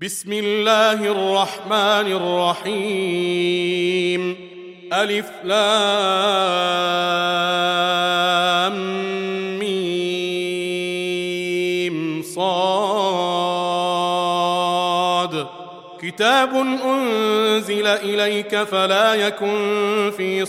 بسم الله الرحمن الرحيم. ألف لام ميم صاد. كتاب أنزل إليك فلا يكن في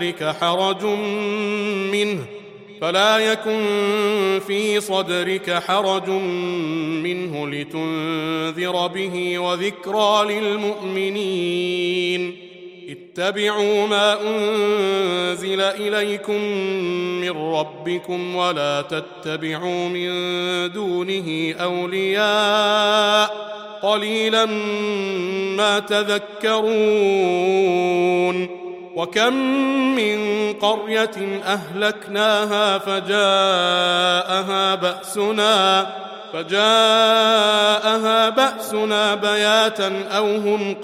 صدرك حرج منه لتنذر به وذكرى للمؤمنين. اتبعوا ما أنزل إليكم من ربكم ولا تتبعوا من دونه أولياء قليلا ما تذكرون. وكم من قرية أهلكناها فجاءها بأسنا بياتا أو هم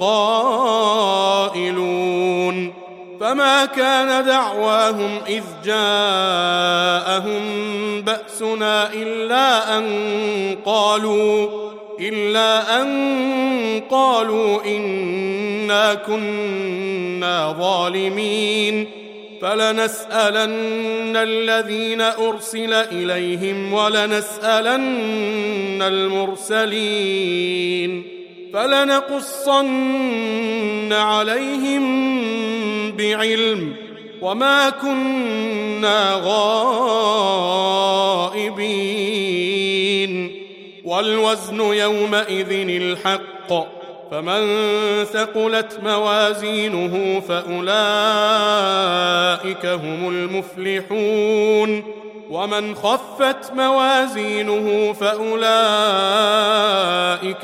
قائلون. فما كان دعواهم إذ جاءهم بأسنا إلا أن قالوا إنا كنا ظالمين. فلنسألن الذين أرسل إليهم ولنسألن المرسلين فلنقصن عليهم بعلم وما كنا غائبين. والوزن يومئذ الحق فمن ثقلت موازينه فأولئك هم المفلحون ومن خفت موازينه فأولئك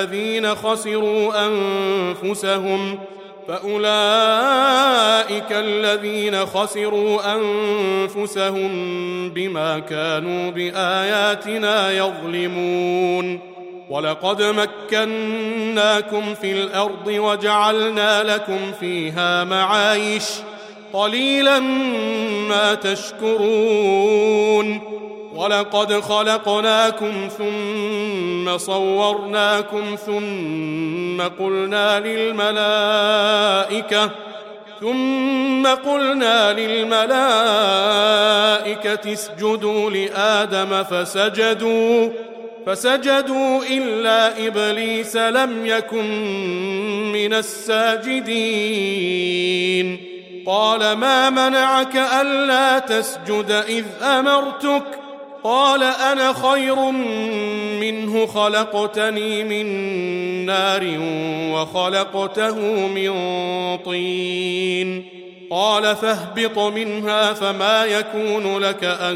الذين خسروا أنفسهم بما كانوا بآياتنا يظلمون. ولقد مكناكم في الأرض وجعلنا لكم فيها معايش قليلا ما تشكرون. ولقد خلقناكم ثم صورناكم ثم قلنا للملائكة اسجدوا لآدم فسجدوا إلا إبليس لم يكن من الساجدين. قال ما منعك ألا تسجد إذ أمرتك؟ قال أنا خير منه خلقتني من نار وخلقته من طين. قال فاهبط منها فما يكون لك أن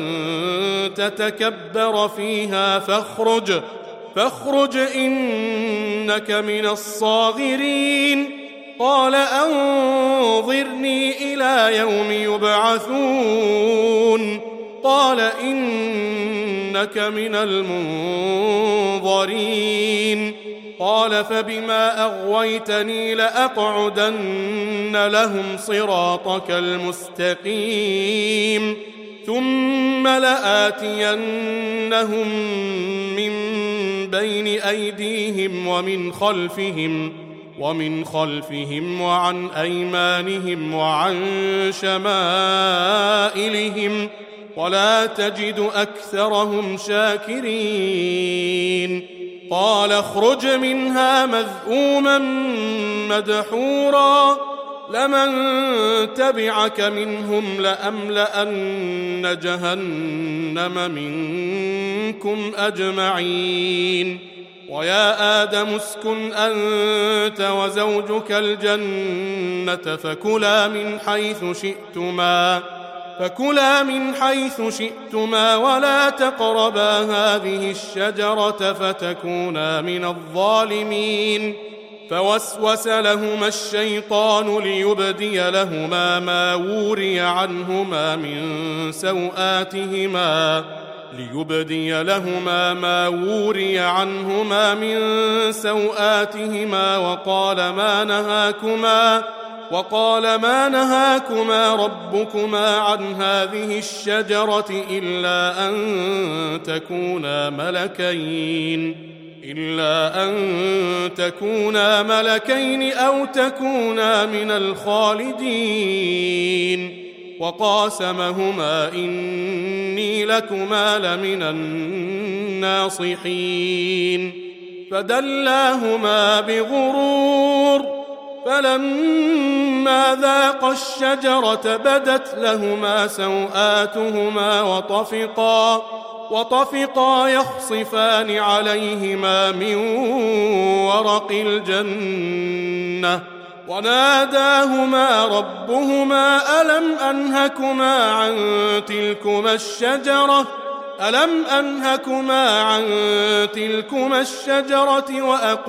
تتكبر فيها فاخرج إنك من الصاغرين. قال أنظرني إلى يوم يبعثون. قال إنك من المنظرين. قال فبما أغويتني لأقعدن لهم صراطك المستقيم ثم لآتينهم من بين أيديهم ومن خلفهم وعن أيمانهم وعن شمائلهم ولا تجد أكثرهم شاكرين. قال اخرج منها مذءوما مدحورا لمن تبعك منهم لأملأن جهنم منكم أجمعين. ويا آدم اسكن أنت وزوجك الجنة فكلا من حيث شئتما ولا تقربا هذه الشجرة فتكونا من الظالمين. فوسوس لهما الشيطان ليبدي لهما ما وري عنهما من سوآتهما وقال ما نهاكما ربكما عن هذه الشجرة إلا أن تكونا ملكين أو تكونا من الخالدين وقاسمهما إني لكما لمن الناصحين فدلاهما بغرور فلما ذاقا الشجرة بدت لهما سوآتهما وطفقا يخصفان عليهما من ورق الجنة وناداهما ربهما ألم أنهكما عن تلكما الشجرة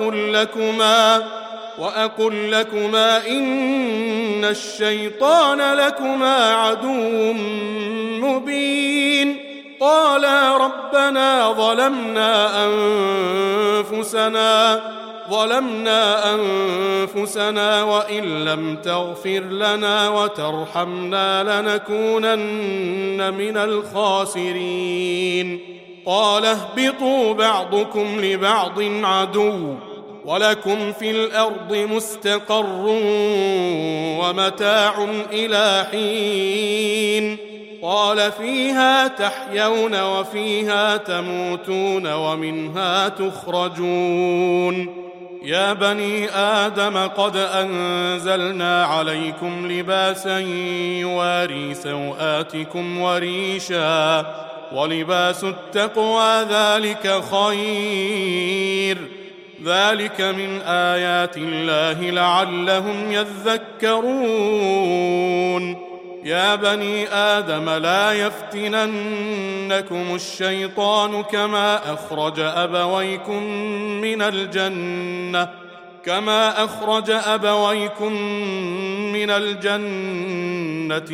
وأقل لكما إن الشيطان لكما عدو مبين قالا ربنا ظلمنا أنفسنا وإن لم تغفر لنا وترحمنا لنكونن من الخاسرين قال اهبطوا بعضكم لبعض عدو ولكم في الأرض مستقر ومتاع إلى حين قال فيها تحيون وفيها تموتون ومنها تخرجون يا بني آدم قد أنزلنا عليكم لباسا يواري سوآتكم وريشا ولباس التقوى ذلك خير ذلك من آيات الله لعلهم يذكرون يا بني آدم لا يفتننكم الشيطان كما أخرج أبويكم من الجنة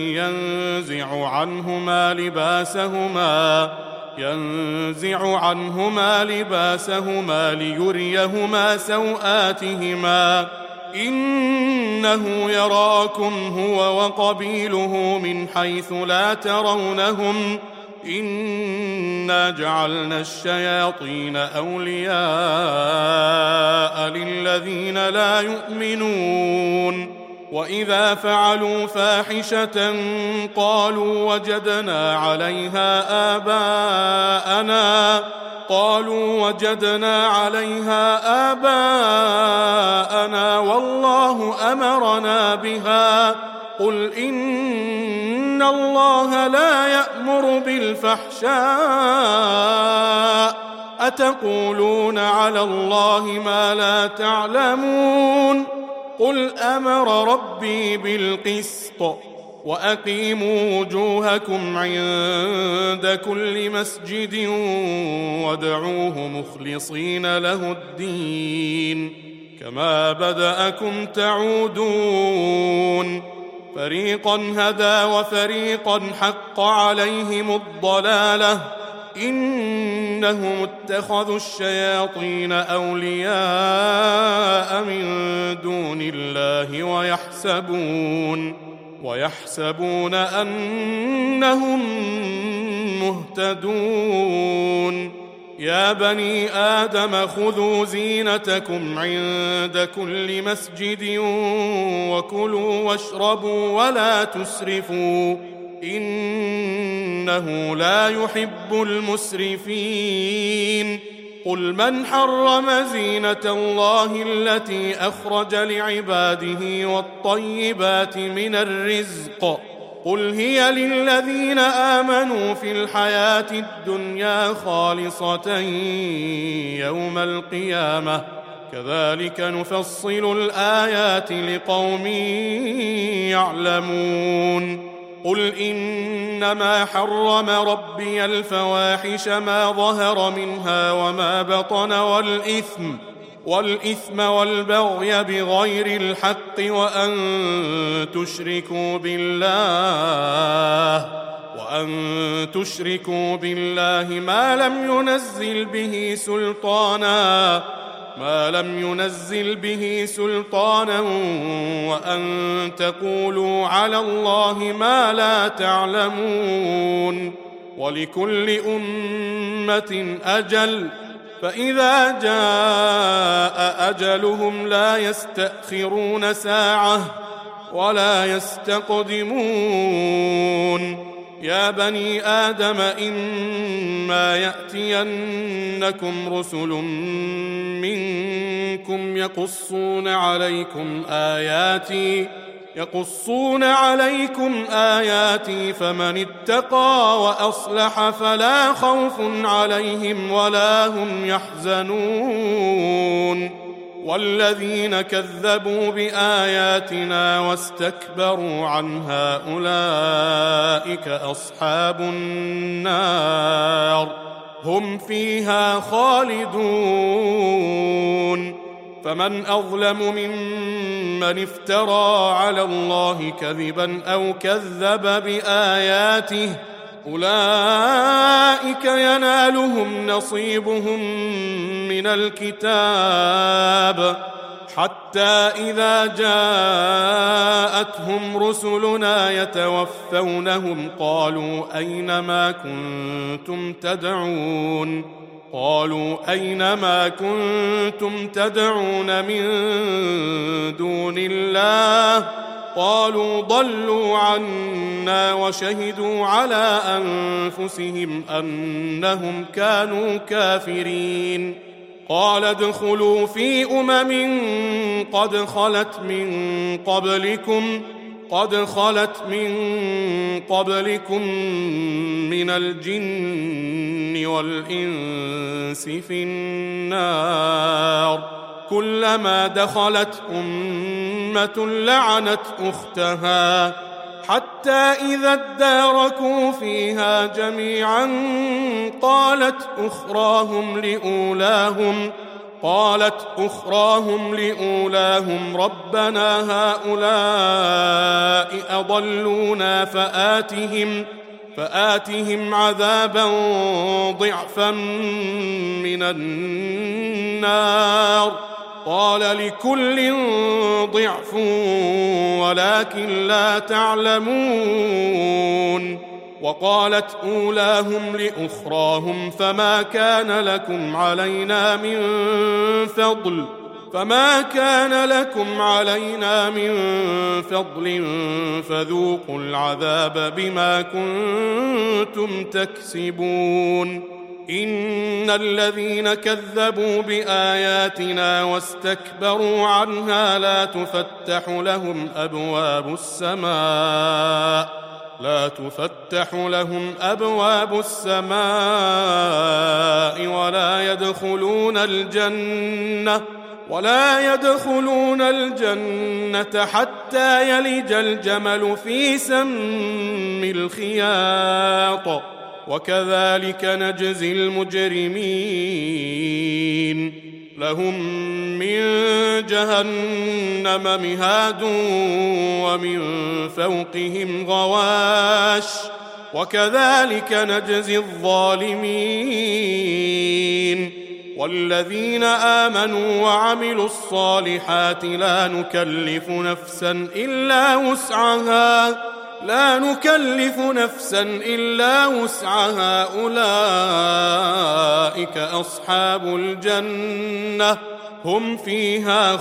ينزع عنهما لباسهما ليريهما سوآتهما إنه يراكم هو وقبيله من حيث لا ترونهم إنا جعلنا الشياطين أولياء للذين لا يؤمنون وإذا فعلوا فاحشة قالوا وجدنا عليها آباءنا والله أمرنا بها قل إن الله لا يأمر بالفحشاء أتقولون على الله ما لا تعلمون قل أمر ربي بالقسط وأقيموا وجوهكم عند كل مسجد وادعوه مخلصين له الدين كما بدأكم تعودون فريقا هدى وفريقا حق عليهم الضلالة إنهم اتخذوا الشياطين أولياء من دون الله ويحسبون أنهم مهتدون يا بني آدم خذوا زينتكم عند كل مسجد وكلوا واشربوا ولا تسرفوا إنه لا يحب المسرفين قل من حرم زينة الله التي أخرج لعباده والطيبات من الرزق قل هي للذين آمنوا في الحياة الدنيا خالصة يوم القيامة كذلك نفصل الآيات لقوم يعلمون قل إنما حرم ربي الفواحش ما ظهر منها وما بطن والإثم والبغي بغير الحق وأن تشركوا بالله ما لم ينزل به سلطانا وأن تقولوا على الله ما لا تعلمون ولكل أمة أجل فإذا جاء أجلهم لا يستأخرون ساعة ولا يستقدمون. يا بني آدم إما يأتينكم رسل منكم يقصون عليكم آياتي فمن اتقى وأصلح فلا خوف عليهم ولا هم يحزنون. والذين كذبوا بآياتنا واستكبروا عنها أولئك أصحاب النار هم فيها خالدون. فمن أظلم ممن افترى على الله كذبا أو كذب بآياته أولئك ينالهم نصيبهم من الكتاب حتى إذا جاءتهم رسلنا يتوفونهم قالوا أين ما كنتم تدعون من دون الله قالوا ضلوا عنا وشهدوا على أنفسهم أنهم كانوا كافرين. قال ادخلوا في قد خلت من قبلكم من الجن والإنس في النار كلما دخلت أمة لعنت أختها حتى إذا اداركوا فيها جميعا قالت أخراهم لأولاهم ربنا هؤلاء أضلونا فآتهم عذابا ضعفا من النار قال لكل ضعف ولكن لا تعلمون. وقالت أولاهم لأخراهم فما كان لكم علينا من فضل فذوقوا العذاب بما كنتم تكسبون. إن الذين كذبوا بآياتنا واستكبروا عنها لا تفتح لهم السماء ولا يدخلون الجنة حتى يلج الجمل في سم الخياط وكذلك نجزي المجرمين. لهم من جهنم مهاد ومن فوقهم غواش وكذلك نجزي الظالمين. والذين آمنوا وعملوا الصالحات لا نكلف نفسا إلا وسعها أولئك أصحاب الجنة هم فيها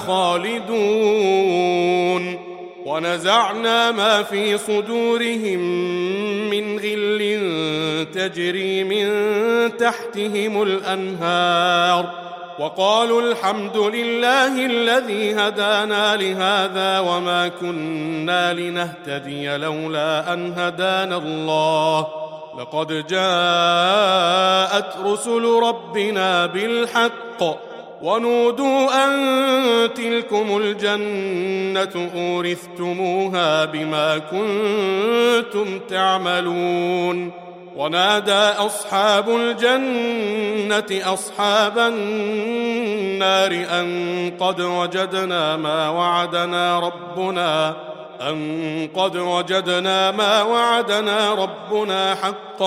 خالدون. ونزعنا ما في صدورهم من غل تجري من تحتهم الأنهار وقالوا الحمد لله الذي هدانا لهذا وما كنا لنهتدي لولا أن هدانا الله لقد جاءت رسل ربنا بالحق ونودوا أن تلكم الجنة أورثتموها بما كنتم تعملون. ونادى أصحاب الجنة أصحاب النار أن قد وجدنا ما وعدنا ربنا حقا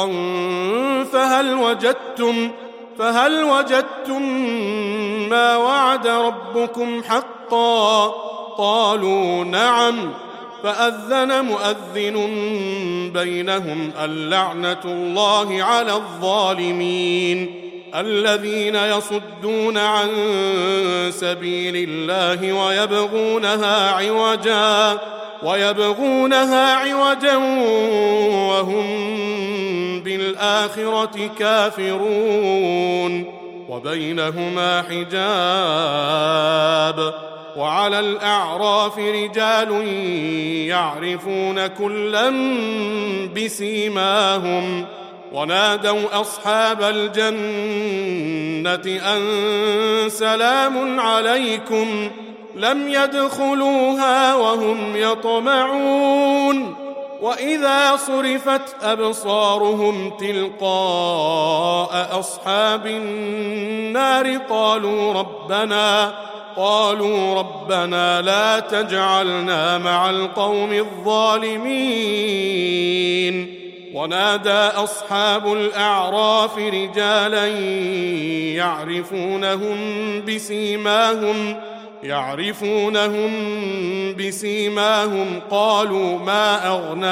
فهل وجدتم ما وعد ربكم حقا قالوا نعم فأذن مؤذن بينهم اللعنة الله على الظالمين. الذين يصدون عن سبيل الله ويبغونها عوجا وهم بالآخرة كافرون وبينهما حجاب وعلى الأعراف رجال يعرفون كلا بسيماهم ونادوا أصحاب الجنة أن سلام عليكم لم يدخلوها وهم يطمعون وإذا صرفت أبصارهم تلقاء أصحاب النار قالوا ربنا لا تجعلنا مع القوم الظالمين ونادى أصحاب الأعراف رجالا يعرفونهم بسيماهم قالوا ما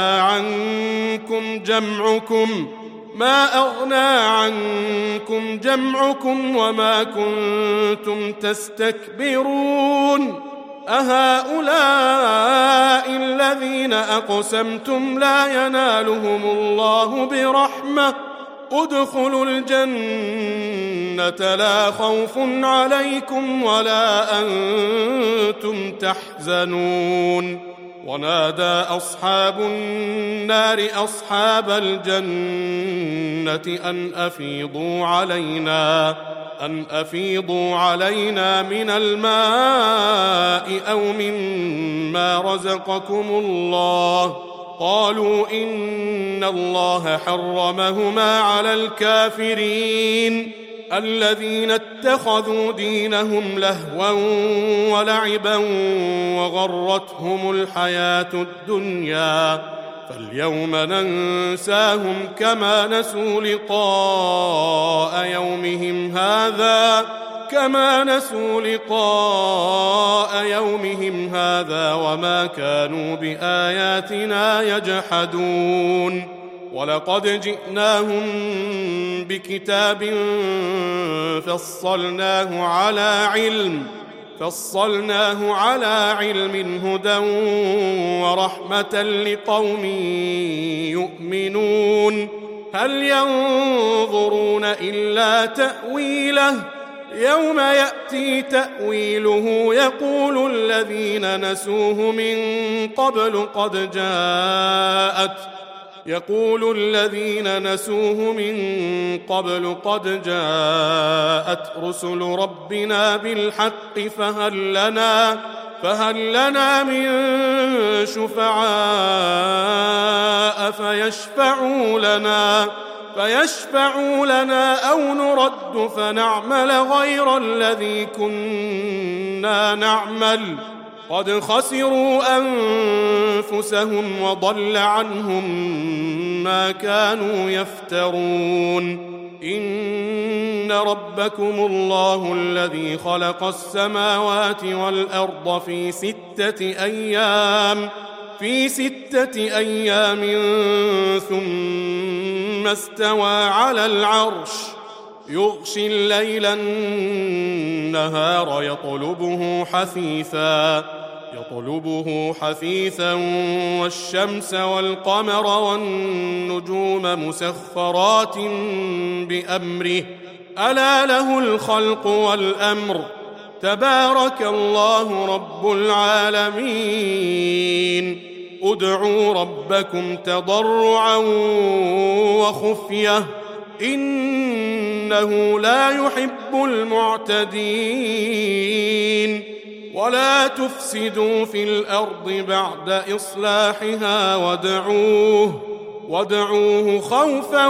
أغنى عنكم جمعكم وما كنتم تستكبرون أهؤلاء الذين أقسمتم لا ينالهم الله برحمة ادخلوا الجنة لا خوف عليكم ولا أنتم تحزنون ونادى أصحاب النار أصحاب الجنة أن أفيضوا علينا من الماء أو مما رزقكم الله قالوا إن الله حرمهما على الكافرين الذين اتخذوا دينهم لهوا ولعبا وغرتهم الحياة الدنيا فاليوم ننساهم كما نسوا لقاء يومهم هذا وما كانوا بآياتنا يجحدون ولقد جئناهم بكتاب فصلناه على علم هدى ورحمة لقوم يؤمنون هل ينظرون إلا تأويله يوم يأتي تأويله يقول الذين نسوه من قبل قد جاءت رسل ربنا بالحق فهل لنا من شفعاء فيشفعوا لنا أو نرد فنعمل غير الذي كنا نعمل قد خسروا أنفسهم وضل عنهم ما كانوا يفترون إن ربكم الله الذي خلق السماوات والأرض في ستة أيام ثم استوى على العرش يغشي الليل النهار يطلبه حثيثا والشمس والقمر والنجوم مسخرات بأمره ألا له الخلق والأمر تبارك الله رب العالمين ادعوا ربكم تضرعا وخفية إنه لا يحب المعتدين ولا تفسدوا في الأرض بعد إصلاحها وادعوه خوفا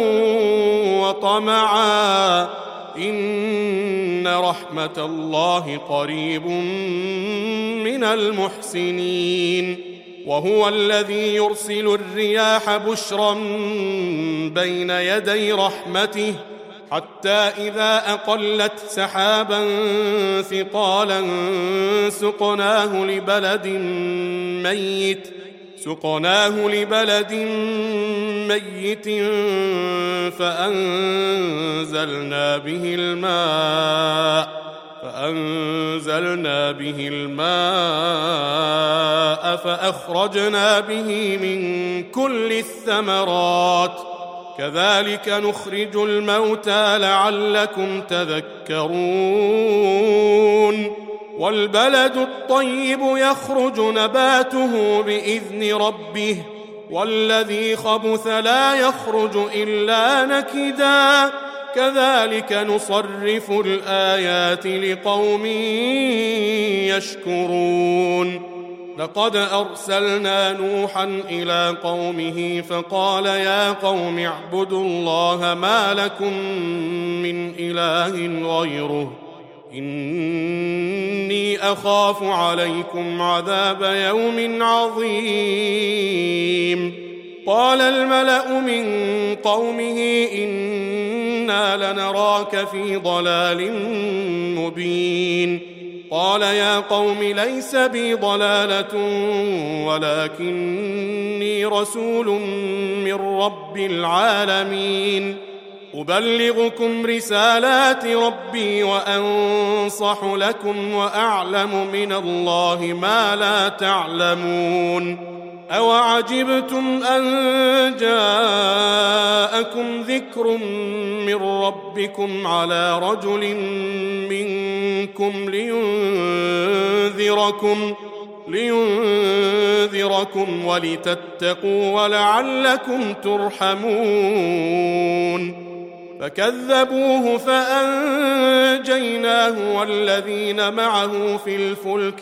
وطمعا إن رحمة الله قريب من المحسنين وهو الذي يرسل الرياح بشرا بين يدي رحمته حتى إذا أقلت سحابا ثقالا سقناه سقناه لبلد ميت فأنزلنا به الماء فأخرجنا به من كل الثمرات كذلك نخرج الموتى لعلكم تذكرون والبلد الطيب يخرج نباته بإذن ربه والذي خبث لا يخرج إلا نكدا كذلك نصرف الآيات لقوم يشكرون لقد أرسلنا نوحا إلى قومه فقال يا قوم اعبدوا الله ما لكم من إله غيره إني أخاف عليكم عذاب يوم عظيم قال الملأ من قومه إنا لنراك في ضلال مبين قال يا قوم ليس بي ضلالة ولكني رسول من رب العالمين أبلغكم رسالات ربي وأنصح لكم وأعلم من الله ما لا تعلمون أوعجبتم أن جاءكم ذكر من ربكم على رجل منكم لينذركم ولتتقوا ولعلكم ترحمون فكذبوه فأنجيناه والذين معه في الفلك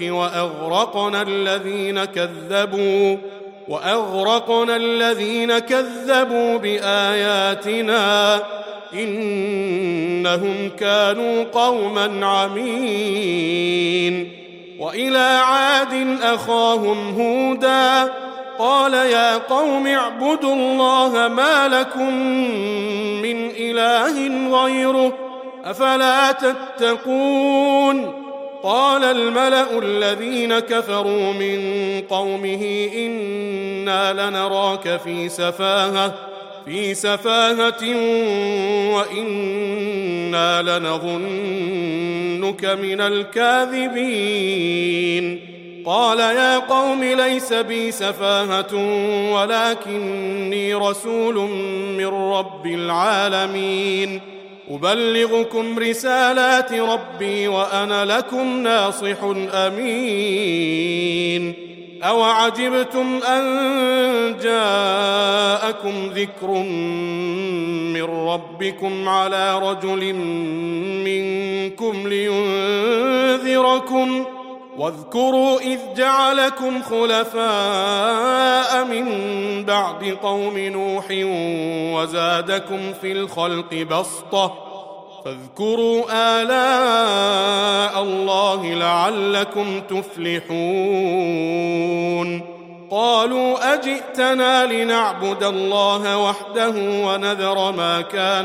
وأغرقنا الذين كذبوا بآياتنا إنهم كانوا قوما عمين وإلى عاد أخاهم هودا قال يا قوم اعبدوا الله ما لكم من إله غيره أفلا تتقون قال الملأ الذين كفروا من قومه إنا لنراك في سفاهة وإنا لنظنك من الكاذبين قال يا قوم ليس بي سفاهة ولكني رسول من رب العالمين أبلغكم رسالات ربي وأنا لكم ناصح أمين أوعجبتم أن جاءكم ذكر من ربكم على رجل منكم لينذركم واذكروا إذ جعلكم خلفاء من بعد قوم نوح وزادكم في الخلق بسطة فاذكروا آلاء الله لعلكم تفلحون قالوا أجئتنا لنعبد الله وحده ونذر ما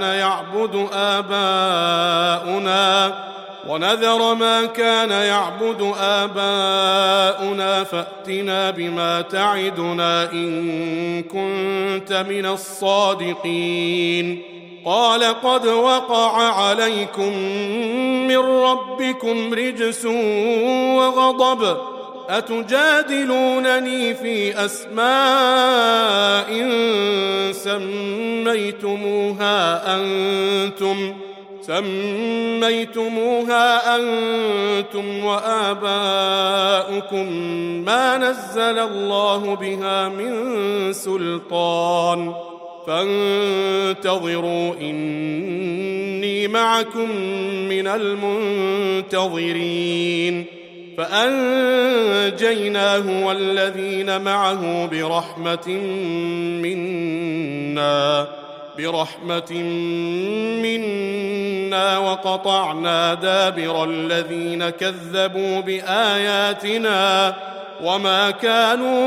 كان يعبد آباؤنا فأتنا بما تعدنا إن كنت من الصادقين قال قد وقع عليكم من ربكم رجس وغضب أتجادلونني في أسماء سميتموها أنتم وآباؤكم ما نزل الله بها من سلطان فانتظروا إني معكم من المنتظرين فأنجيناه والذين معه برحمة منا وقطعنا دابر الذين كذبوا بآياتنا وما كانوا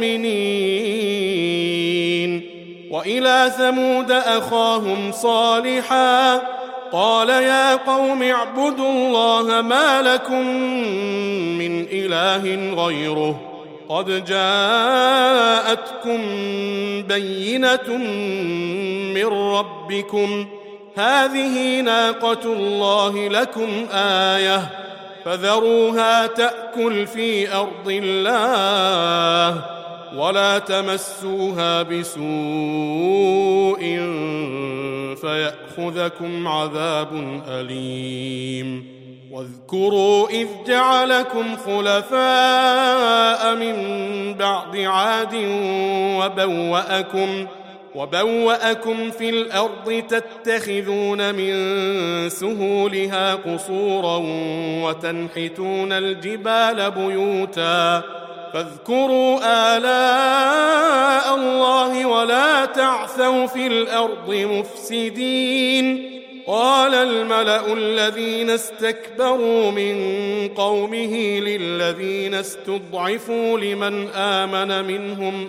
مؤمنين وإلى ثمود أخاهم صالحا قال يا قوم اعبدوا الله ما لكم من إله غيره قد جاءتكم بينة من ربكم هذه ناقة الله لكم آية فذروها تأكل في أرض الله ولا تمسوها بسوء فيأخذكم عذاب أليم واذكروا إذ جعلكم خلفاء من بعد عاد وبوأكم في الأرض تتخذون من سهولها قصورا وتنحتون الجبال بيوتا فاذكروا آلاء الله ولا تعثوا في الأرض مفسدين قال الملأ الذين استكبروا من قومه للذين استضعفوا لمن آمن منهم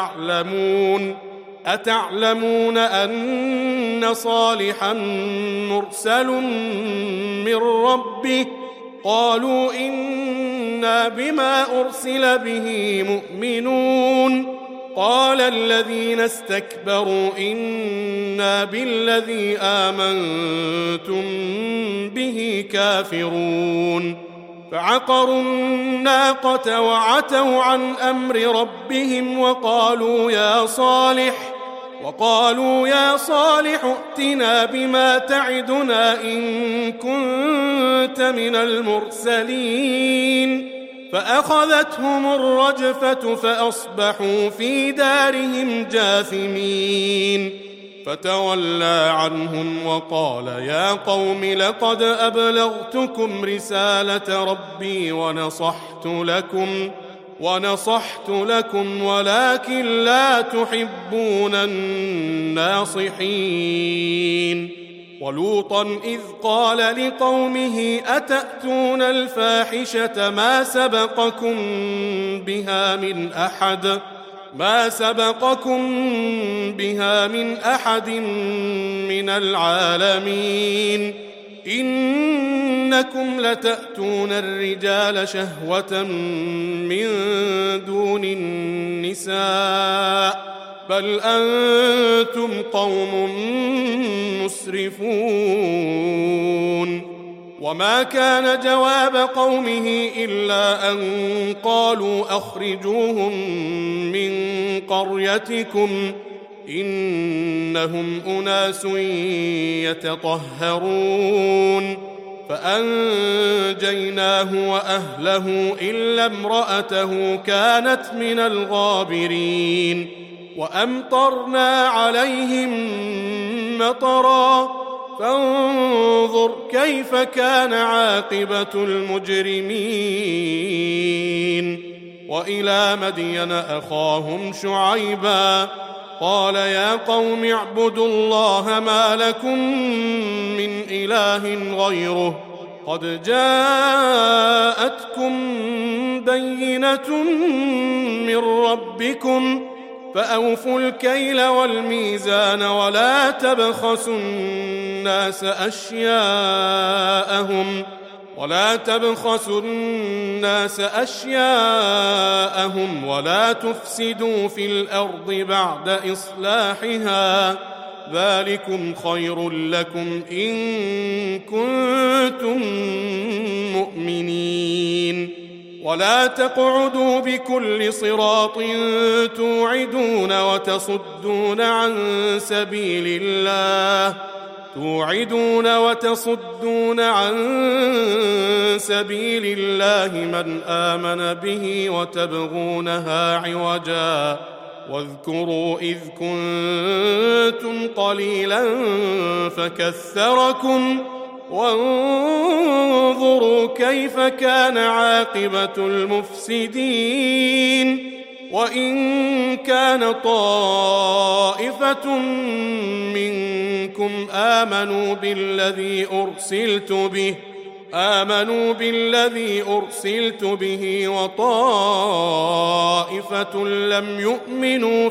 أتعلمون أن صالحا مرسل من ربه قالوا إنا بما أرسل به مؤمنون قال الذين استكبروا إنا بالذي آمنتم به كافرون فعقروا الناقة وعتوا عن أمر ربهم وقالوا يا صالح ائتنا بما تعدنا إن كنت من المرسلين فأخذتهم الرجفة فأصبحوا في دارهم جاثمين فتولى عنهم وقال يا قوم لقد أبلغتكم رسالة ربي ونصحت لكم ولكن لا تحبون الناصحين ولوطا إذ قال لقومه أتأتون الفاحشة ما سبقكم بها من أحد من العالمين إنكم لتأتون الرجال شهوة من دون النساء بل أنتم قوم مسرفون وما كان جواب قومه إلا أن قالوا أخرجوهم من قريتكم إنهم أناس يتطهرون فأنجيناه وأهله إلا امرأته كانت من الغابرين وأمطرنا عليهم مطرا فانظر كيف كان عاقبة المجرمين وإلى مدين أخاهم شعيبا قال يا قوم اعبدوا الله ما لكم من إله غيره قد جاءتكم بينة من ربكم فأوفوا الكيل والميزان ولا تبخسوا الناس أشياءهم ولا تفسدوا في الأرض بعد إصلاحها ذلكم خير لكم إن كنتم مؤمنين ولا تقعدوا بكل صراط توعدون وتصدون عن سبيل الله من آمن به وتبغونها عوجا واذكروا إذ كنتم قليلا فكثركم وانظروا كيف كان عاقبة المفسدين وإن كان طائفة منكم آمنوا بالذي أرسلت به وطائفة لم يؤمنوا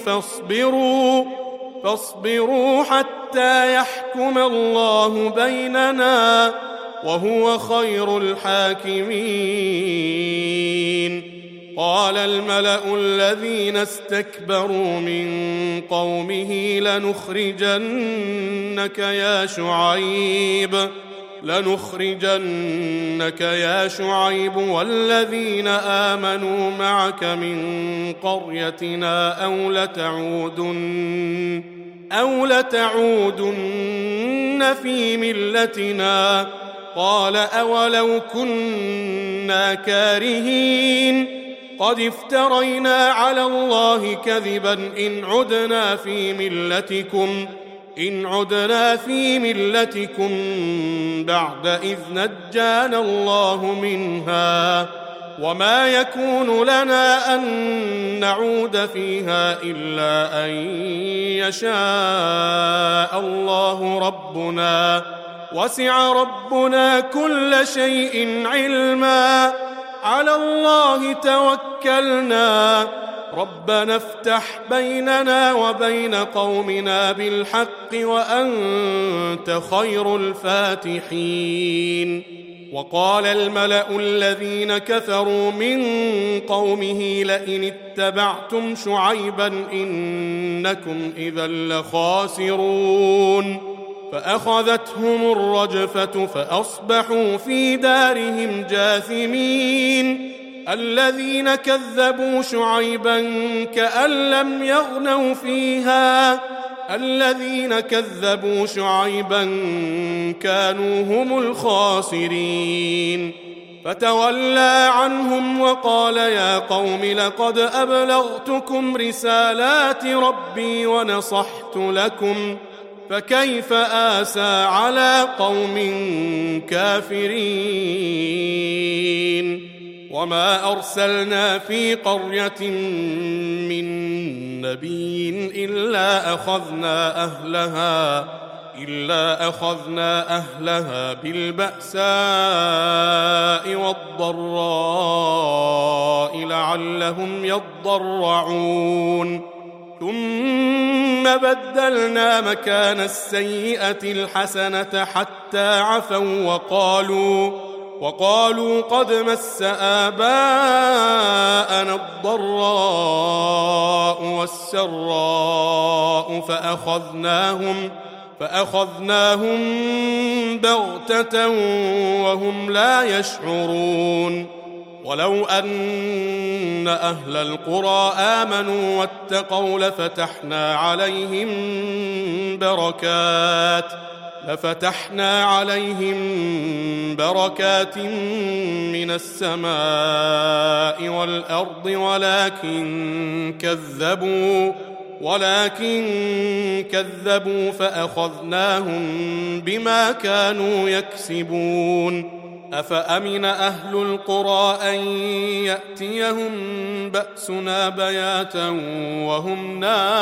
فاصبروا حتى يحكم الله بيننا وهو خير الحاكمين قال الملأ الذين استكبروا من قومه لنخرجنك يا شعيب والذين آمنوا معك من قريتنا أو لتعودن في ملتنا. قال أولو كنا كارهين قد افترينا على الله كذبا إن عدنا في ملتكم بعد إذ نجانا الله منها وما يكون لنا أن نعود فيها إلا أن يشاء الله ربنا وسع ربنا كل شيء علما على الله توكلنا ربنا افتح بيننا وبين قومنا بالحق وأنت خير الفاتحين. وقال الملأ الذين كفروا من قومه لئن اتبعتم شعيبا إنكم إذا لخاسرون. فأخذتهم الرجفة فأصبحوا في دارهم جاثمين. الذين كذبوا شعيبا كأن لم يغنوا فيها الذين كذبوا شعيبا كانوا هم الخاسرين. فتولى عنهم وقال يا قوم لقد أبلغتكم رسالات ربي ونصحت لكم فكيف آسى على قوم كافرين. وما أرسلنا في قرية من نبي إلا أخذنا أهلها بالبأساء والضراء لعلهم يضرعون. ثم بدلنا مكان السيئة الحسنة حتى عفوا وقالوا قد مس آباءنا الضراء والسراء فأخذناهم بغتة وهم لا يشعرون. ولو أن أهل القرى آمنوا واتقوا لفتحنا عليهم بركات من السماء والأرض ولكن كذبوا فأخذناهم بما كانوا يكسبون. أفأمن أهل القرى أن يأتيهم بأسنا بياتا وهم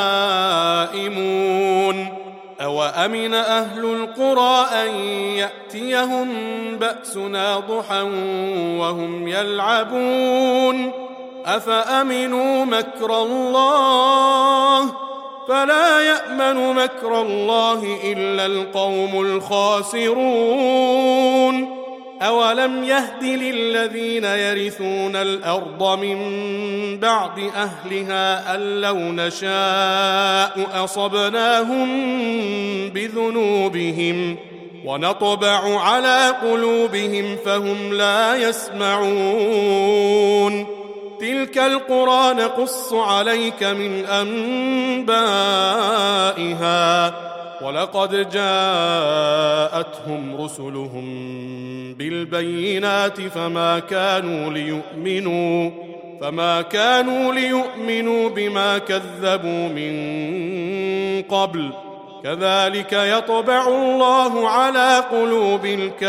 نائمون أوأمن أهل القرى أن يأتيهم بأسنا ضحى وهم يلعبون أفأمنوا مكر الله فلا يأمن مكر الله إلا القوم الخاسرون. أولم يهد للذين يرثون الأرض من بعد أهلها أن لو نشاء أصبناهم بذنوبهم ونطبع على قلوبهم فهم لا يسمعون. تلك القرى نقص عليك من أنبائها ولقد جاءتهم رسلهم بالبينات فما كانوا ليؤمنوا بما كذبوا من قبل كذلك يطبع الله على قلوب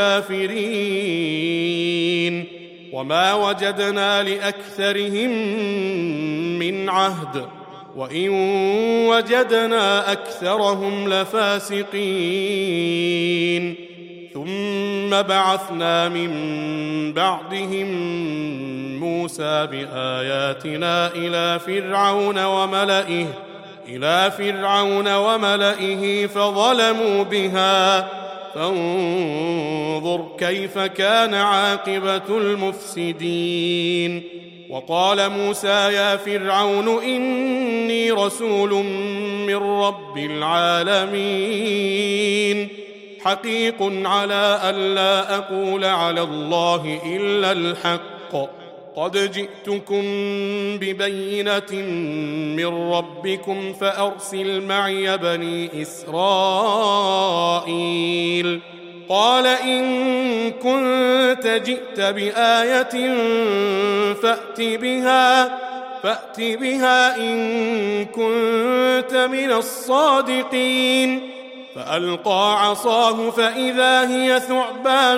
الكافرين. وما وجدنا لأكثرهم من عهد وإن وجدنا أكثرهم لفاسقين. ثم بعثنا من بعدهم موسى بآياتنا إلى فرعون وملئه فظلموا بها فانظر كيف كان عاقبة المفسدين. وقال موسى يا فرعون إني رسول من رب العالمين حقيق على ألا أقول على الله إلا الحق قد جئتكم ببينة من ربكم فأرسل معي بني إسرائيل قال إن كنت جئت بآية فأت بها إن كنت من الصادقين فألقى عصاه فإذا هي ثعبان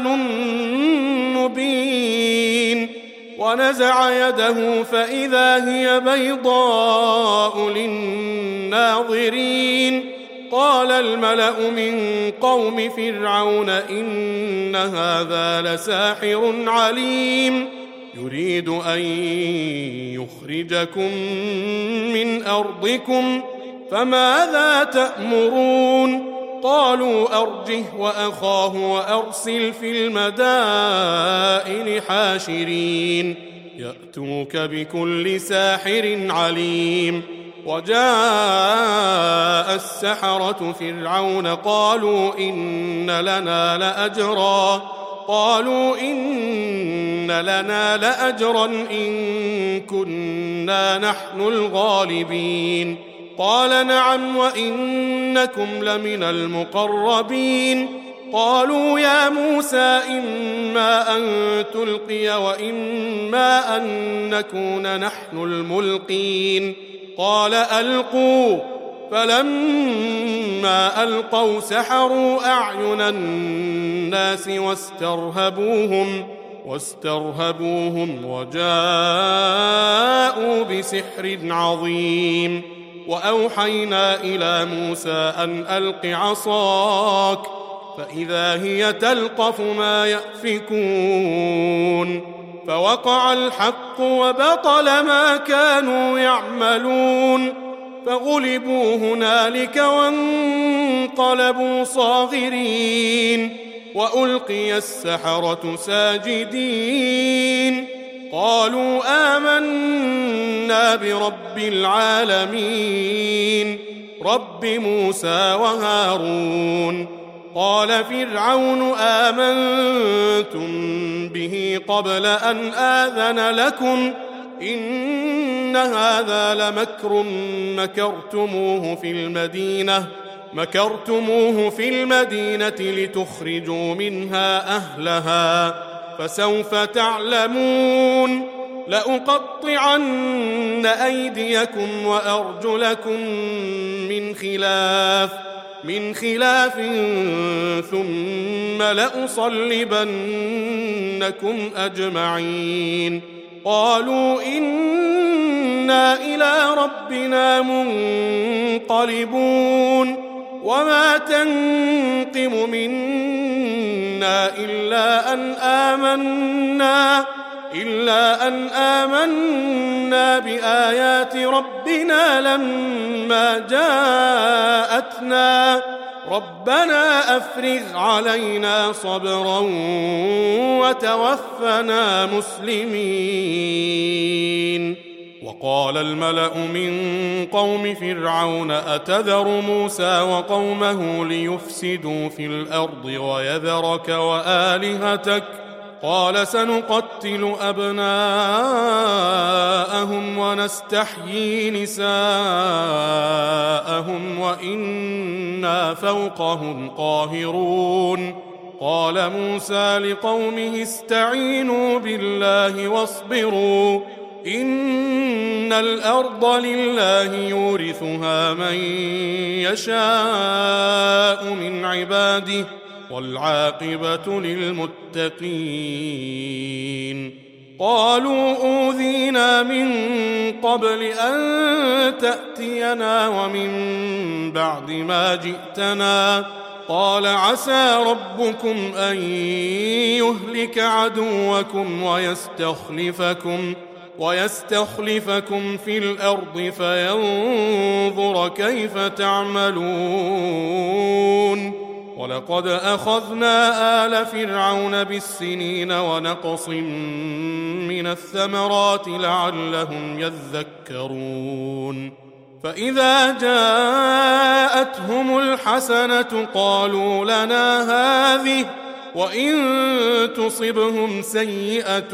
مبين ونزع يده فإذا هي بيضاء للناظرين قال الملأ من قوم فرعون إن هذا لساحر عليم يريد أن يخرجكم من أرضكم فماذا تأمرون قالوا أرجه وأخاه وأرسل في المدائن حاشرين يأتوك بكل ساحر عليم وجاء السحرة فرعون قالوا إن لنا لأجرا إن كنا نحن الغالبين قال نعم وإنكم لمن المقربين قالوا يا موسى إما أن تلقي وإما أن نكون نحن الملقين قال ألقوا فلما ألقوا سحروا أعين الناس واسترهبوهم وجاءوا بسحر عظيم وأوحينا إلى موسى أن ألق عصاك فإذا هي تلقف ما يأفكون فوقع الحق وبطل ما كانوا يعملون فغلبوا هنالك وانقلبوا صاغرين وألقي السحرة ساجدين قالوا آمنا برب العالمين رب موسى وهارون قال فرعون آمنتم به قبل أن آذن لكم إن هذا لمكر مكرتموه في المدينة لتخرجوا منها أهلها فسوف تعلمون لأقطعن أيديكم وأرجلكم من خلاف ثم لأصلبنكم أجمعين قالوا إنا إلى ربنا منقلبون وما تنقم منا إلا أن آمنا بآيات ربنا لما جاءتنا ربنا أفرغ علينا صبرا وتوفنا مسلمين وقال الملأ من قوم فرعون أتذر موسى وقومه ليفسدوا في الأرض ويذرك وآلهتك قال سنقتل أبناءهم ونستحيي نساءهم وإنا فوقهم قاهرون قال موسى لقومه استعينوا بالله واصبروا إن الأرض لله يورثها من يشاء من عباده والعاقبة للمتقين قالوا أوذينا من قبل أن تأتينا ومن بعد ما جئتنا قال عسى ربكم أن يهلك عدوكم ويستخلفكم في الأرض فينظر كيف تعملون ولقد أخذنا آل فرعون بالسنين ونقص من الثمرات لعلهم يذكرون فإذا جاءتهم الحسنة قالوا لنا هذه وإن تصبهم سيئة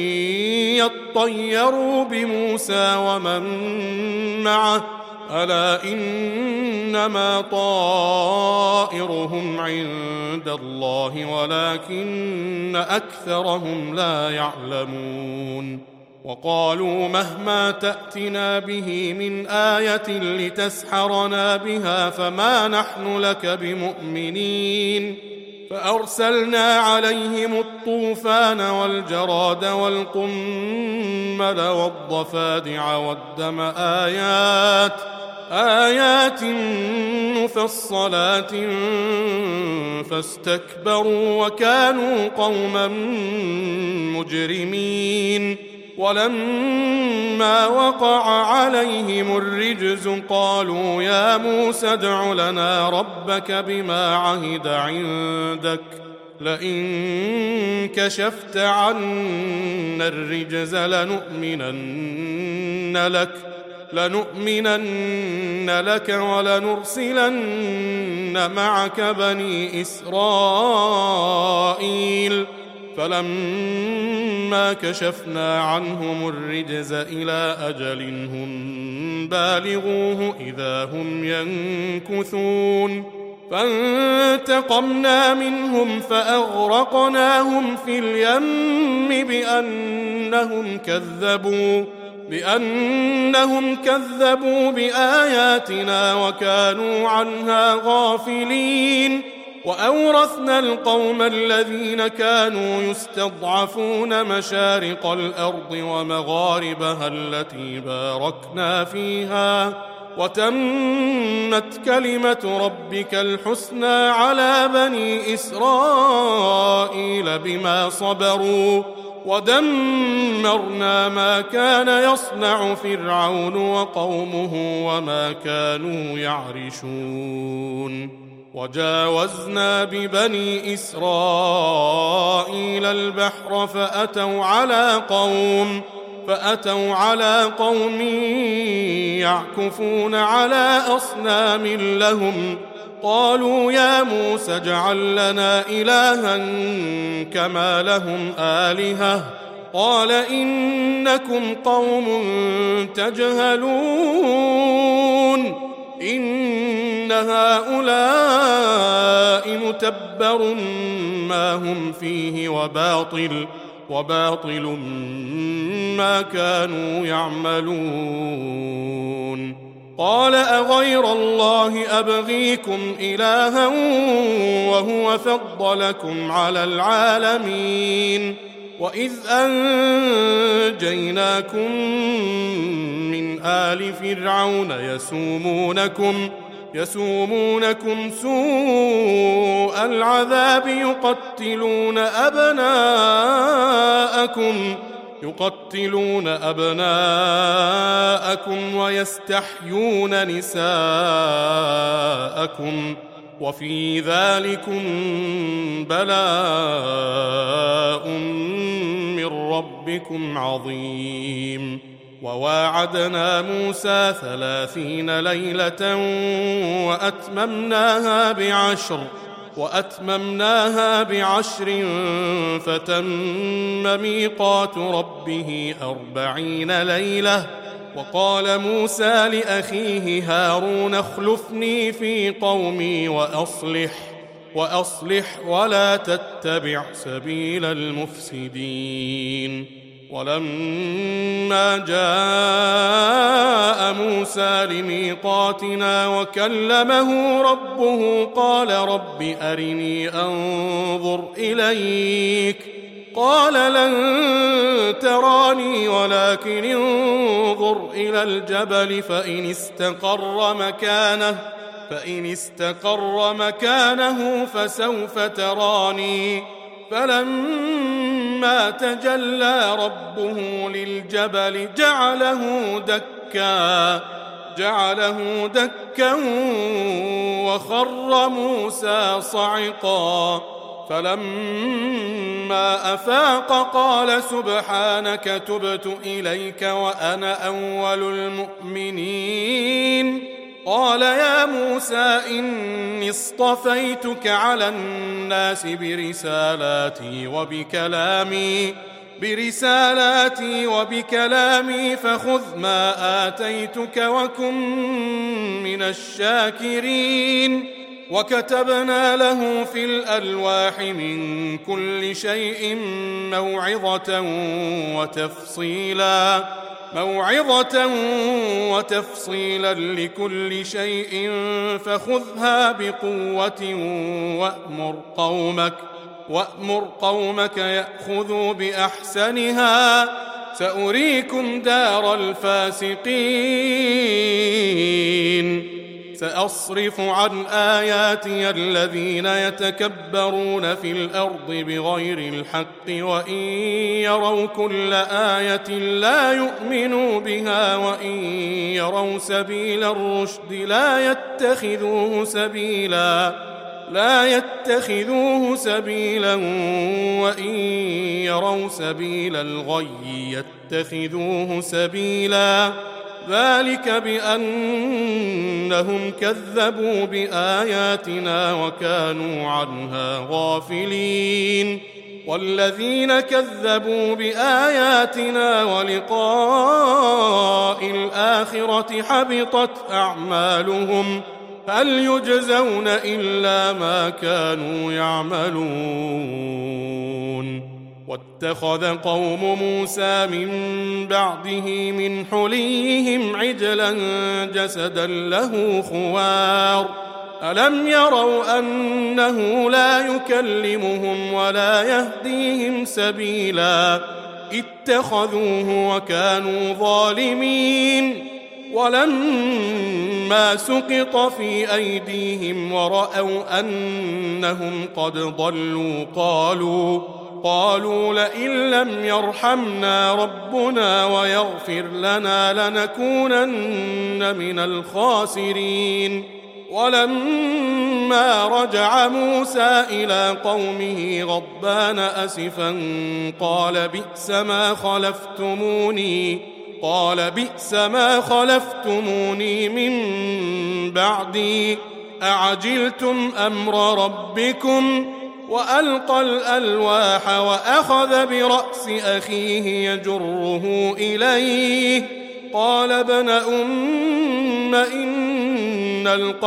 يطيروا بموسى ومن معه ألا إنما طائرهم عند الله ولكن أكثرهم لا يعلمون وقالوا مهما تأتنا به من آية لتسحرنا بها فما نحن لك بمؤمنين فأرسلنا عليهم الطوفان والجراد والقمل والضفادع والدم آيات مفصلات فاستكبروا وكانوا قوما مجرمين ولما وقع عليهم الرجز قالوا يا موسى ادع لنا ربك بما عهد عندك لئن كشفت عنا الرجز لنؤمنن لك ولنرسلن معك بني إسرائيل فلما كشفنا عنهم الرجز إلى أجل هم بالغوه إذا هم ينكثون فانتقمنا منهم فأغرقناهم في اليم بأنهم كذبوا بآياتنا وكانوا عنها غافلين وأورثنا القوم الذين كانوا يستضعفون مشارق الأرض ومغاربها التي باركنا فيها وتمت كلمة ربك الحسنى على بني إسرائيل بما صبروا ودمرنا ما كان يصنع فرعون وقومه وما كانوا يعرشون وجاوزنا ببني إسرائيل البحر فأتوا على قوم يعكفون على أصنام لهم قالوا يا موسى اجعل لنا إلها كما لهم آلهة قال إنكم قوم تجهلون إن هؤلاء متبر ما هم فيه وباطل ما كانوا يعملون قال أغير الله أبغيكم إلها وهو فضلكم على العالمين وإذ أنجيناكم من آل فرعون يسومونكم سوء العذاب يقتلون أبناءكم ويستحيون نساءكم وفي ذلكم بلاء من ربكم عظيم وواعدنا موسى 30 ليلة وأتممناها بعشر فتم ميقات ربه 40 ليلة وقال موسى لأخيه هارون اخلفني في قومي وأصلح ولا تتبع سبيل المفسدين ولما جاء موسى لميقاتنا وكلمه ربه قال رب أرني أنظر إليك قال لن تراني ولكن انظر إلى الجبل فإن استقر مكانه فسوف تراني فلما تجلى ربه للجبل فجعله دكا وخر موسى صعقا فلما أفاق قال سبحانك تبت إليك وأنا أول المؤمنين قال يا موسى إني اصطفيتك على الناس برسالاتي وبكلامي فخذ ما آتيتك وكن من الشاكرين وكتبنا له في الألواح من كل شيء موعظة وتفصيلا لكل شيء فخذها بقوة وأمر قومك يأخذوا بأحسنها سأريكم دار الفاسقين سأصرف عن آياتي الذين يتكبرون في الأرض بغير الحق وإن يروا كل آية لا يؤمنوا بها وإن يروا سبيل الرشد لا يتخذوه سبيلا وإن يروا سبيل الغي يتخذوه سبيلا ذلك بأنهم كذبوا بآياتنا وكانوا عنها غافلين والذين كذبوا بآياتنا ولقاء الآخرة حبطت أعمالهم هل يجزون إلا ما كانوا يعملون واتخذ قوم موسى من بعده من حليهم عجلا جسدا له خوار ألم يروا أنه لا يكلمهم ولا يهديهم سبيلا اتخذوه وكانوا ظالمين ولما سقط في أيديهم ورأوا أنهم قد ضلوا قالوا لئن لم يرحمنا ربنا ويغفر لنا لنكونن من الخاسرين ولما رجع موسى إلى قومه غضبان أسفا قال بئس ما خلفتموني من بعدي أعجلتم أمر ربكم وألقى الألواح وأخذ برأس أخيه يجره إليه قال ابن أم إن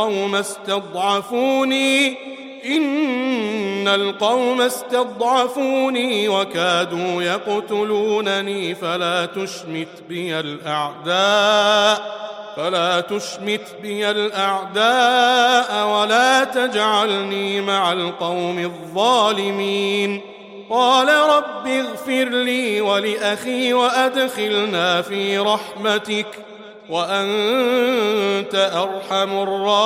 القوم استضعفوني وكادوا يقتلونني فلا تشمت بي الأعداء ولا تجعلني مع القوم الظالمين قال رب اغفر لي ولأخي وأدخلنا في رحمتك وأنت أرحم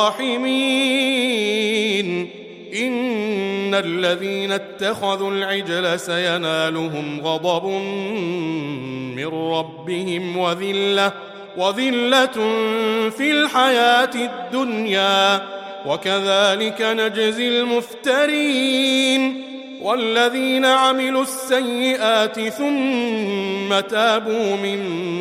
الراحمين إن الذين اتخذوا العجل سينالهم غضب من ربهم وذلة في الحياة الدنيا وكذلك نجزي المفترين والذين عملوا السيئات ثم تابوا من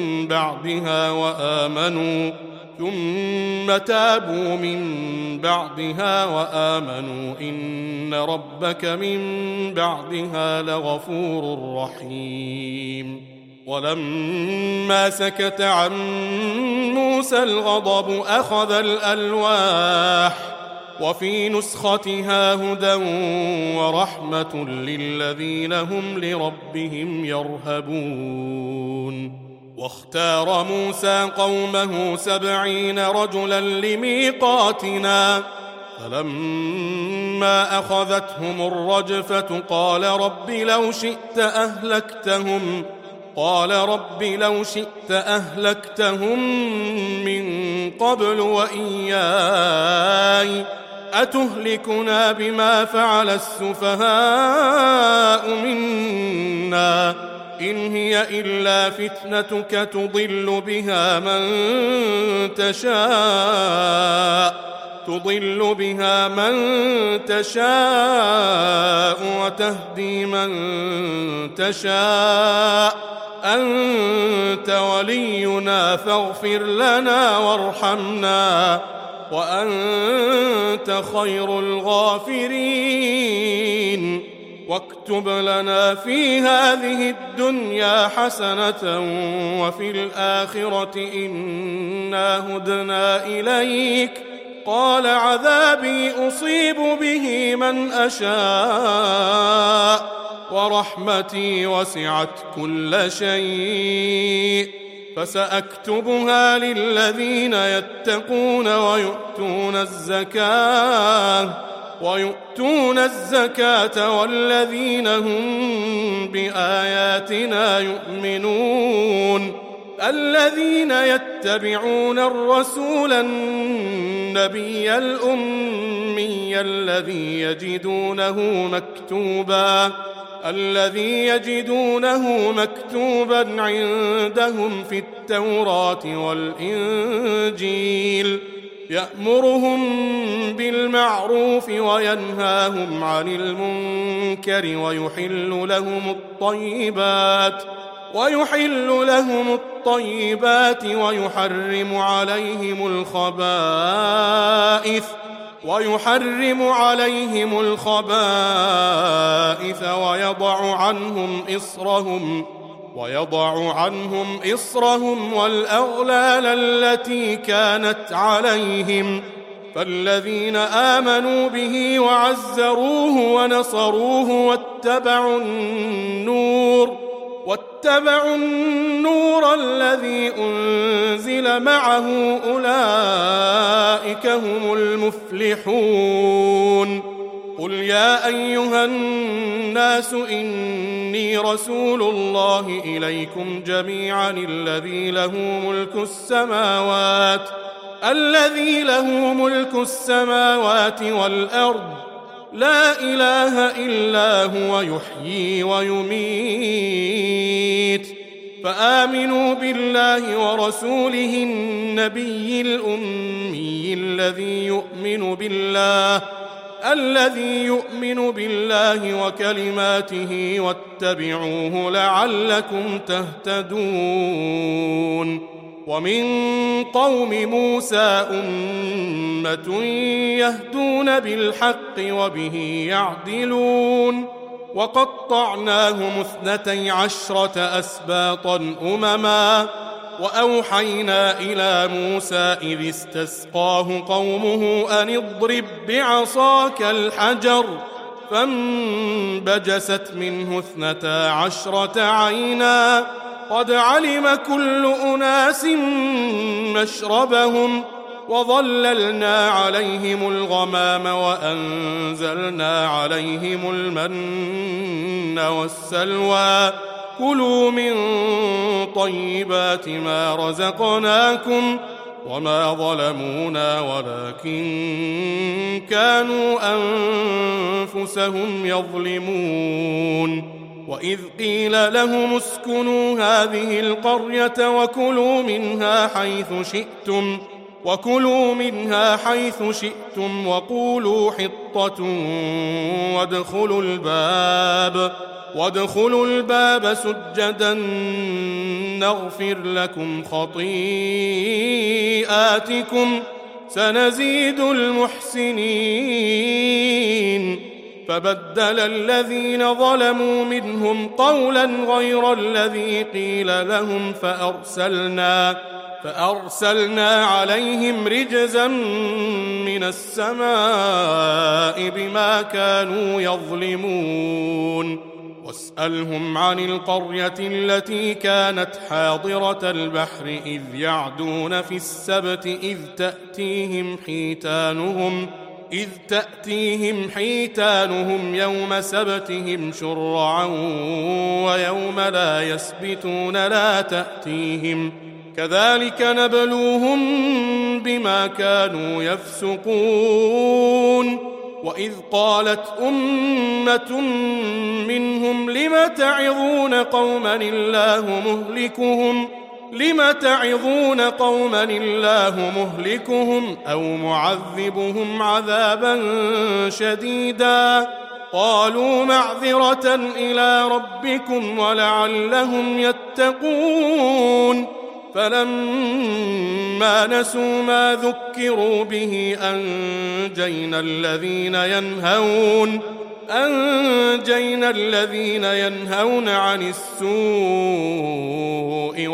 بعدها وآمنوا إن ربك من بعدها لغفور رحيم ولما سكت عن موسى الغضب أخذ الألواح وفي نسختها هدى ورحمة للذين هم لربهم يرهبون واختار موسى قومه 70 رجلا لميقاتنا فلما أخذتهم الرجفة قال رب لو شئت أهلكتهم من قبل وإياي أتهلكنا بما فعل السفهاء منا إن هي إلا فتنتك تضل بها من تشاء وتهدي من تشاء أنت ولينا فاغفر لنا وارحمنا وأنت خير الغافرين واكتب لنا في هذه الدنيا حسنة وفي الآخرة إنا هدنا إليك قال عذابي أصيب به من أشاء ورحمتي وسعت كل شيء فسأكتبها للذين يتقون ويؤتون الزكاة والذين هم بآياتنا يؤمنون الذين يتبعون الرسول النبي الأمي الذي يجدونه مكتوبا عندهم في التوراة والإنجيل يأمرهم بالمعروف وينهاهم عن المنكر ويحل لهم الطيبات ويحرم عليهم الخبائث ويضع عنهم إصرهم والأغلال التي كانت عليهم فالذين آمنوا به وعزروه ونصروه واتبعوا النور الذي أنزل معه أولئك هم المفلحون قل يا أيها الناس إني رسول الله إليكم جميعا الذي له ملك السماوات والأرض لا إله إلا هو يحيي ويميت فآمنوا بالله ورسوله النبي الأمي الذي يؤمن بالله وكلماته واتبعوه لعلكم تهتدون ومن قوم موسى أمة يهدون بالحق وبه يعدلون وقطعناهم 12 أسباطا أمما وأوحينا إلى موسى إذ استسقاه قومه أن اضرب بعصاك الحجر فانبجست منه 12 عينا قد علم كل أناس مشربهم وظللنا عليهم الغمام وأنزلنا عليهم المن والسلوى كلوا من طيبات ما رزقناكم وما ظلمونا ولكن كانوا أنفسهم يظلمون وإذ قيل لهم اسكنوا هذه القرية وكلوا منها حيث شئتم وقولوا حطة وادخلوا الباب سجدا نغفر لكم خطيئاتكم سنزيد المحسنين فبدل الذين ظلموا منهم قولا غير الذي قيل لهم فأرسلنا عليهم رجزا من السماء بما كانوا يظلمون واسألهم عن القرية التي كانت حاضرة البحر إذ يعدون في السبت إذ تأتيهم حيتانهم يوم سبتهم شرعا ويوم لا يسبتون لا تأتيهم كذلك نبلوهم بما كانوا يفسقون وإذ قالت أمة منهم لم تعظون قوما الله مهلكهم أو معذبهم عذابا شديدا قالوا معذرة إلى ربكم ولعلهم يتقون فلما نسوا ما ذكروا به أنجينا الذين ينهون عن السوء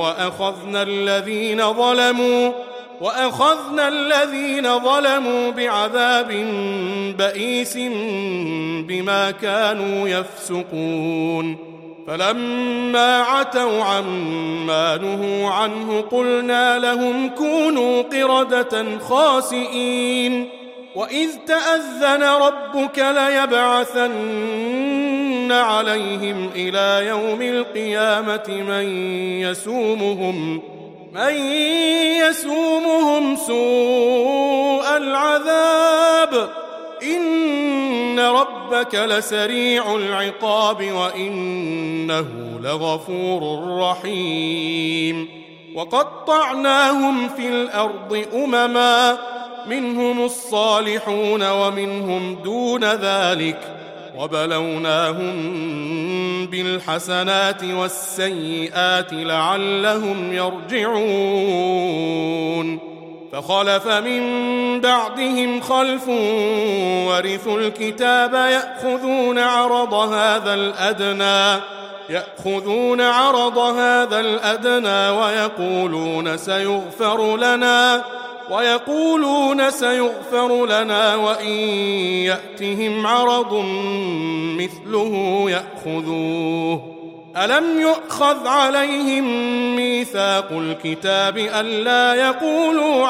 وأخذنا الذين ظلموا بعذاب بئيس بما كانوا يفسقون فلما عتوا عما نهوا عنه قلنا لهم كونوا قردة خاسئين وإذ تأذن ربك ليبعثن عليهم إلى يوم القيامة من يسومهم سوء العذاب إن ربك لسريع العقاب وإنه لغفور رحيم وقطعناهم في الأرض أمما منهم الصالحون ومنهم دون ذلك وبلوناهم بالحسنات والسيئات لعلهم يرجعون فخلف من بعدهم خلف ورثوا الكتاب يأخذون عرض هذا الأدنى ويقولون سيغفر لنا وإن يأتهم عرض مثله يأخذوه ألم يؤخذ عليهم ميثاق الكتاب ألا يقولوا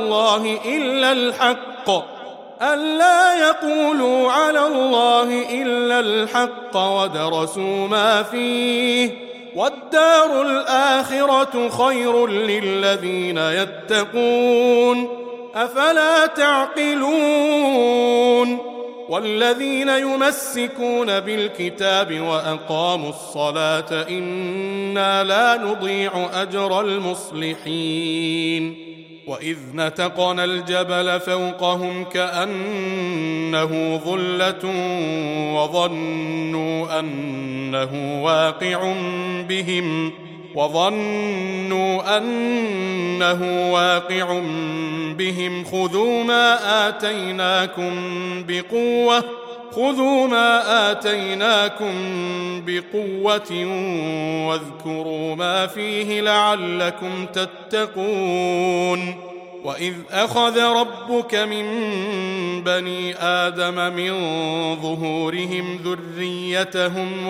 على الله إلا الحق ودرسوا ما فيه والدار الآخرة خير للذين يتقون أفلا تعقلون والذين يمسكون بالكتاب وأقاموا الصلاة إنا لا نضيع أجر المصلحين وإذ نتقنا الجبل فوقهم كأنه ظلة وظنوا أنه واقع بهم خذوا ما آتيناكم بقوة واذكروا ما فيه لعلكم تتقون وإذ أخذ ربك من بني آدم من ظهورهم ذريتهم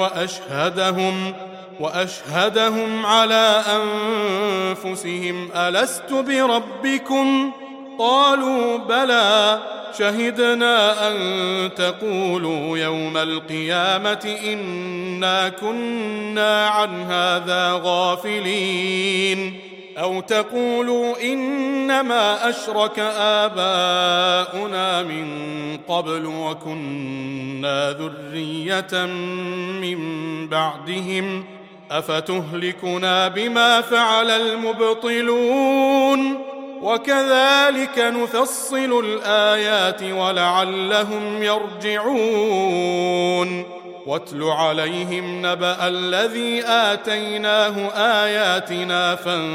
وأشهدهم على أنفسهم ألست بربكم قالوا بلى شهدنا أن تقولوا يوم القيامة إنا كنا عن هذا غافلين أو تقولوا إنما أشرك آباؤنا من قبل وكنا ذرية من بعدهم أفتهلكنا بما فعل المبطلون وكذلك نفصل الآيات ولعلهم يرجعون واتل عليهم نبأ الذي آتيناه آياتنا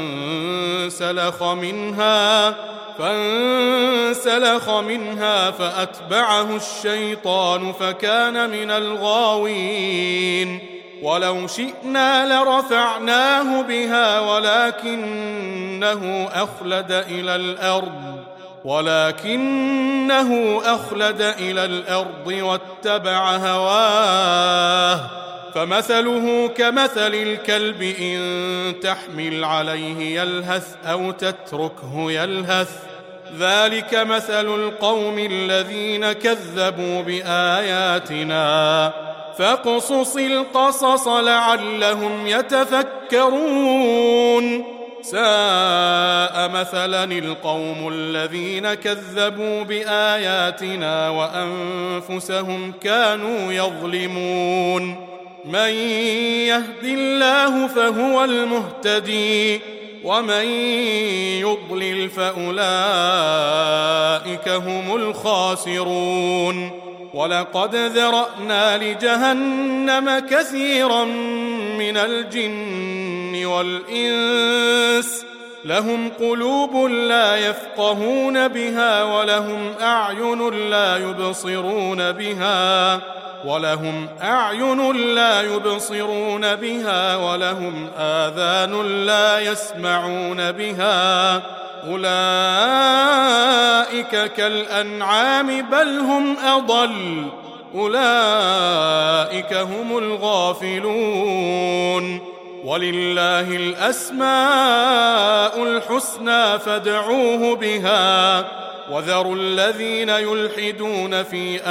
فانسلخ منها فأتبعه الشيطان فكان من الغاوين ولو شئنا لرفعناه بها ولكنه أخلد إلى الأرض واتبع هواه فمثله كمثل الكلب إن تحمل عليه يلهث أو تتركه يلهث ذلك مثل القوم الذين كذبوا بآياتنا فاقصص القصص لعلهم يتفكرون ساء مثلا القوم الذين كذبوا بآياتنا وأنفسهم كانوا يظلمون من يهد الله فهو المهتدي ومن يضلل فأولئك هم الخاسرون ولقد ذرأنا لجهنم كثيرا من الجن والإنس لهم قلوب لا يفقهون بها ولهم أعين لا يبصرون بها ولهم آذان لا يسمعون بها أولئك كالأنعام بل هم أضل أولئك هم الغافلون ولله الأسماء الحسنى فادعوه بها وذروا الذين يلحدون في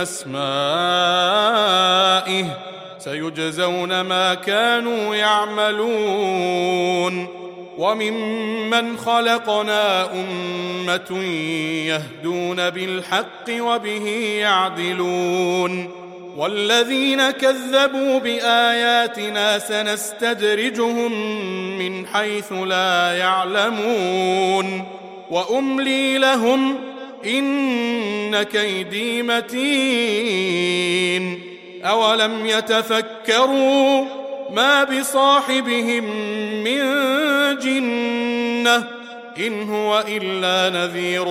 أسمائه سيجزون ما كانوا يعملون وممن خلقنا أمة يهدون بالحق وبه يعدلون والذين كذبوا بآياتنا سنستدرجهم من حيث لا يعلمون وأملي لهم إن كيدي متين أولم يتفكروا ما بصاحبهم من جنة إن هو إلا نذير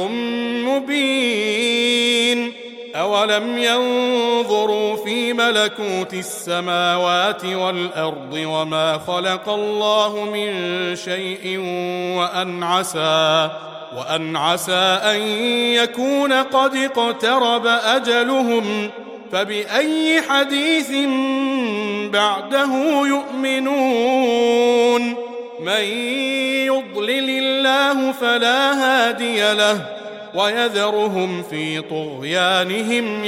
مبين أولم ينظروا في ملكوت السماوات والأرض وما خلق الله من شيء وأن عسى أن يكون قد اقترب أجلهم فبأي حديث بعده يؤمنون من يضلل الله فلا هادي له ويذرهم في طغيانهم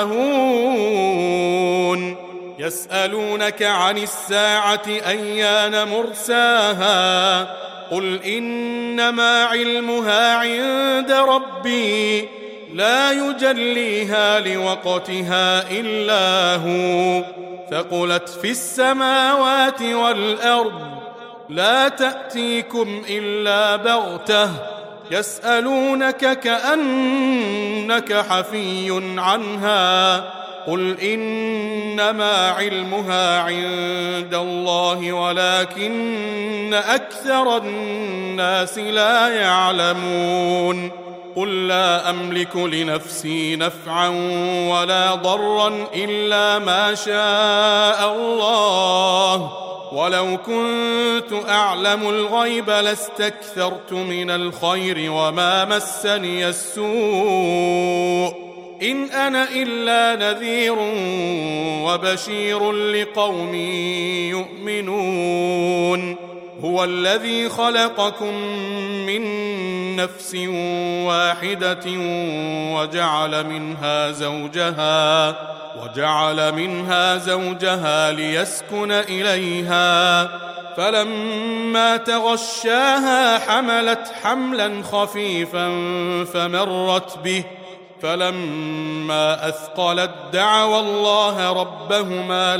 يعمهون يسألونك عن الساعة أيان مرساها قل إنما علمها عند ربي لا يجليها لوقتها إلا هو ثقلت في السماوات والأرض لا تأتيكم إلا بغتة يسألونك كأنك حفي عنها قل إنما علمها عند الله ولكن أكثر الناس لا يعلمون قل لا أملك لنفسي نفعا ولا ضرا إلا ما شاء الله ولو كنت أعلم الغيب لاستكثرت من الخير وما مسني السوء إن أنا إلا نذير وبشير لقوم يؤمنون هو الذي خلقكم من نفس واحدة وجعل منها زوجها ليسكن إليها فلما تغشاها حملت حملا خفيفا فمرت به فلما أثقلت دعوا الله ربهما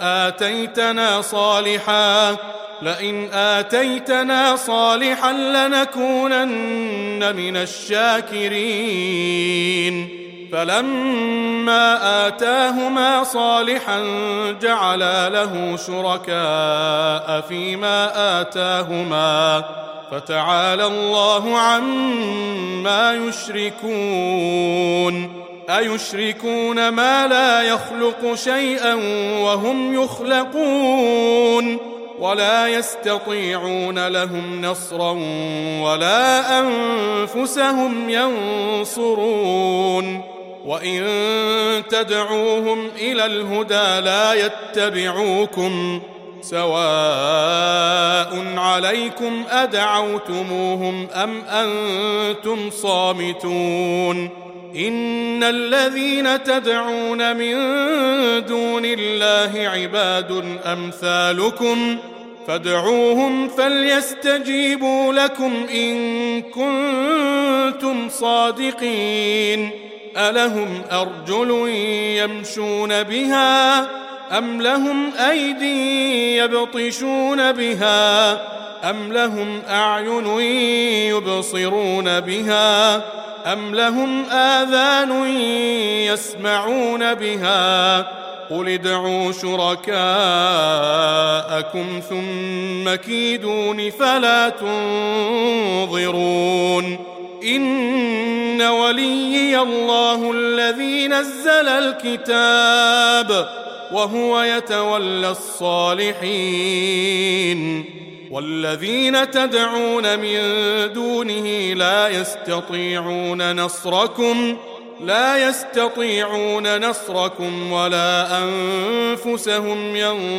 لئن آتيتنا صالحا لنكونن من الشاكرين فلما آتاهما صالحا جعلا له شركاء فيما آتاهما فتعالى الله عما يشركون أيشركون ما لا يخلق شيئا وهم يخلقون ولا يستطيعون لهم نصرا ولا أنفسهم ينصرون وإن تدعوهم إلى الهدى لا يتبعوكم سواء عليكم أدعوتموهم أم أنتم صامتون إن الذين تدعون من دون الله عباد أمثالكم فادعوهم فليستجيبوا لكم إن كنتم صادقين ألهم أرجل يمشون بها أم لهم أيدي يبطشون بها أم لهم أعين يبصرون بها أم لهم آذان يسمعون بها قل ادعوا شركاءكم ثم كيدون فلا تنظرون إن وليي الله الذي نزل الكتاب وهو يتولى الصالحين والذين تدعون من دونه لا يستطيعون نصركم ولا أنفسهم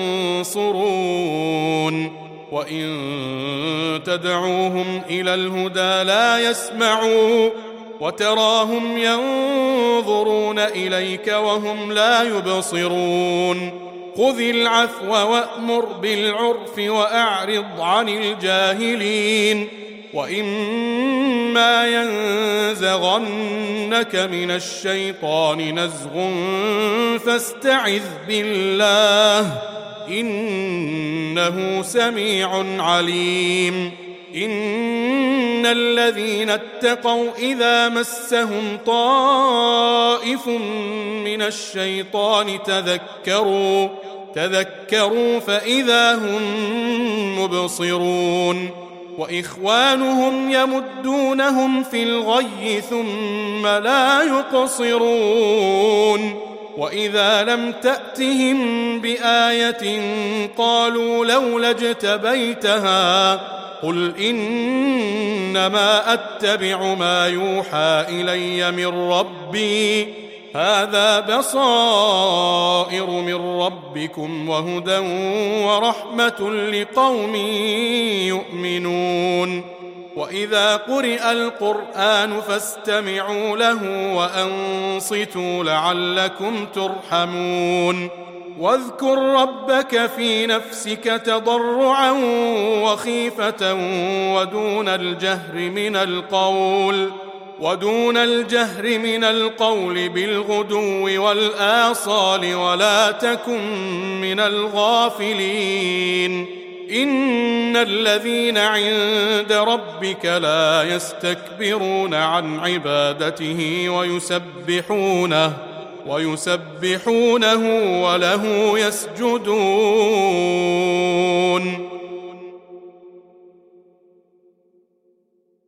ينصرون وإن تدعوهم إلى الهدى لا يسمعوا وتراهم ينظرون إليك وهم لا يبصرون خذ العفو وأمر بالعرف وأعرض عن الجاهلين وإما ينزغنك من الشيطان نزغ فاستعذ بالله إنه سميع عليم إن الذين اتقوا إذا مسهم طائف من الشيطان تذكروا فإذا هم مبصرون وإخوانهم يمدونهم في الغي ثم لا يقصرون وإذا لم تأتهم بآية قالوا لولا اجتبيتها قل إنما أتبع ما يوحى إلي من ربي هذا بصائر من ربكم وهدى ورحمة لقوم يؤمنون وإذا قرئ القرآن فاستمعوا له وأنصتوا لعلكم ترحمون واذكر ربك في نفسك تضرعا وخيفة ودون الجهر من القول بالغدو والآصال ولا تكن من الغافلين إن الذين عند ربك لا يستكبرون عن عبادته ويسبحونه وله يسجدون